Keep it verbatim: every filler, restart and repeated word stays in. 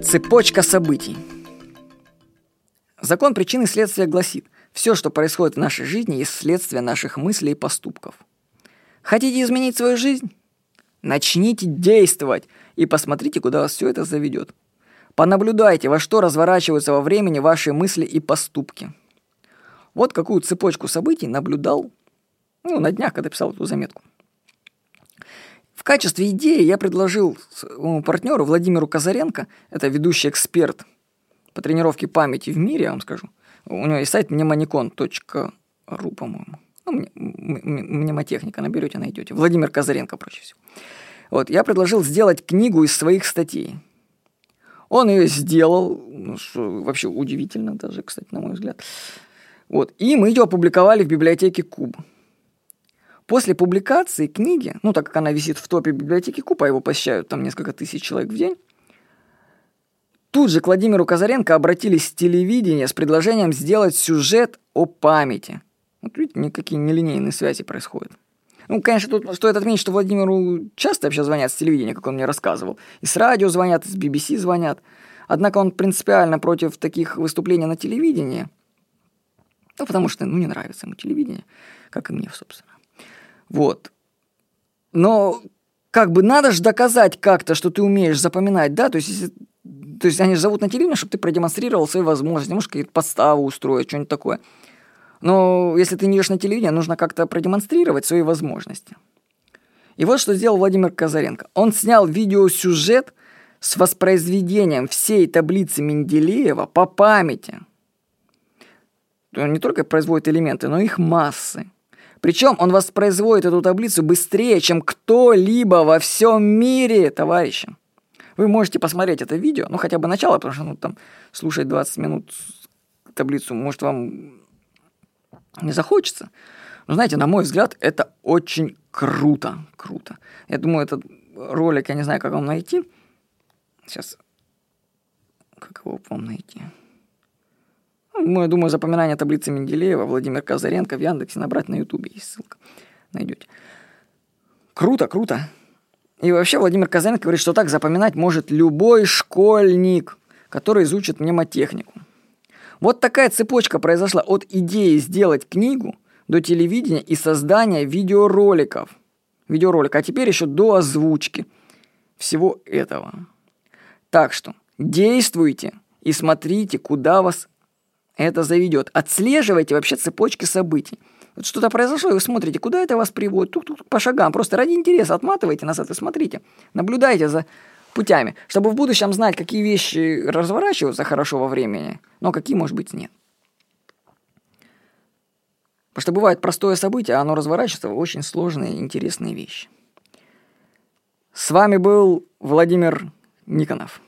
Цепочка событий. Закон причины и следствия гласит: все, что происходит в нашей жизни, есть следствие наших мыслей и поступков. Хотите изменить свою жизнь? Начните действовать и посмотрите, куда вас все это заведет. Понаблюдайте, во что разворачиваются во времени ваши мысли и поступки. Вот какую цепочку событий наблюдал ну, на днях, когда писал эту заметку. В качестве идеи я предложил своему партнеру Владимиру Казаренко, это ведущий эксперт по тренировке памяти в мире, я вам скажу. У него есть сайт мнемоникон точка ру, по-моему. Ну, мнемотехника, наберете, найдете. Владимир Казаренко, проще всего. Вот, я предложил сделать книгу из своих статей. Он ее сделал, ну, что вообще удивительно даже, кстати, на мой взгляд. Вот, и мы ее опубликовали в библиотеке Куб. После публикации книги, ну, так как она висит в топе библиотеки Куб, а его посещают там несколько тысяч человек в день, тут же к Владимиру Казаренко обратились с телевидения с предложением сделать сюжет о памяти. Вот видите, никакие нелинейные связи происходят. Ну, конечно, тут стоит отметить, что Владимиру часто вообще звонят с телевидения, как он мне рассказывал. И с радио звонят, и с би би си звонят. Однако он принципиально против таких выступлений на телевидении. Ну, потому что, ну, не нравится ему телевидение, как и мне, собственно. Вот. Но как бы надо же доказать как-то, что ты умеешь запоминать, да? То есть, если, то есть они же зовут на телевидение, чтобы ты продемонстрировал свои возможности, может, какие-то подставы устроить, что-нибудь такое. Но если ты не идешь на телевидение, нужно как-то продемонстрировать свои возможности. И вот что сделал Владимир Казаренко. Он снял видеосюжет с воспроизведением всей таблицы Менделеева по памяти. Он не только производит элементы, но и их массы. Причем он воспроизводит эту таблицу быстрее, чем кто-либо во всем мире, товарищи. Вы можете посмотреть это видео, ну хотя бы начало, потому что ну, там слушать двадцать минут таблицу, может, вам не захочется. Но знаете, на мой взгляд, это очень круто. Круто. Я думаю, этот ролик, я не знаю, как вам найти. Сейчас, как его вам найти? Ну, я думаю, запоминание таблицы Менделеева, Владимир Казаренко в Яндексе набрать на Ютубе, есть ссылка. Найдете. Круто, круто. И вообще Владимир Казаренко говорит, что так запоминать может любой школьник, который изучит мнемотехнику. Вот такая цепочка произошла от идеи сделать книгу до телевидения и создания видеороликов. Видеоролика, а теперь еще до озвучки всего этого. Так что действуйте и смотрите, куда вас это заведет. Отслеживайте вообще цепочки событий. Вот что-то произошло, и вы смотрите, куда это вас приводит, тук-тук, по шагам. Просто ради интереса отматывайте назад и смотрите. Наблюдайте за путями, чтобы в будущем знать, какие вещи разворачиваются хорошо во времени, но какие, может быть, нет. Потому что бывает простое событие, а оно разворачивается в очень сложные, интересные вещи. С вами был Владимир Никонов.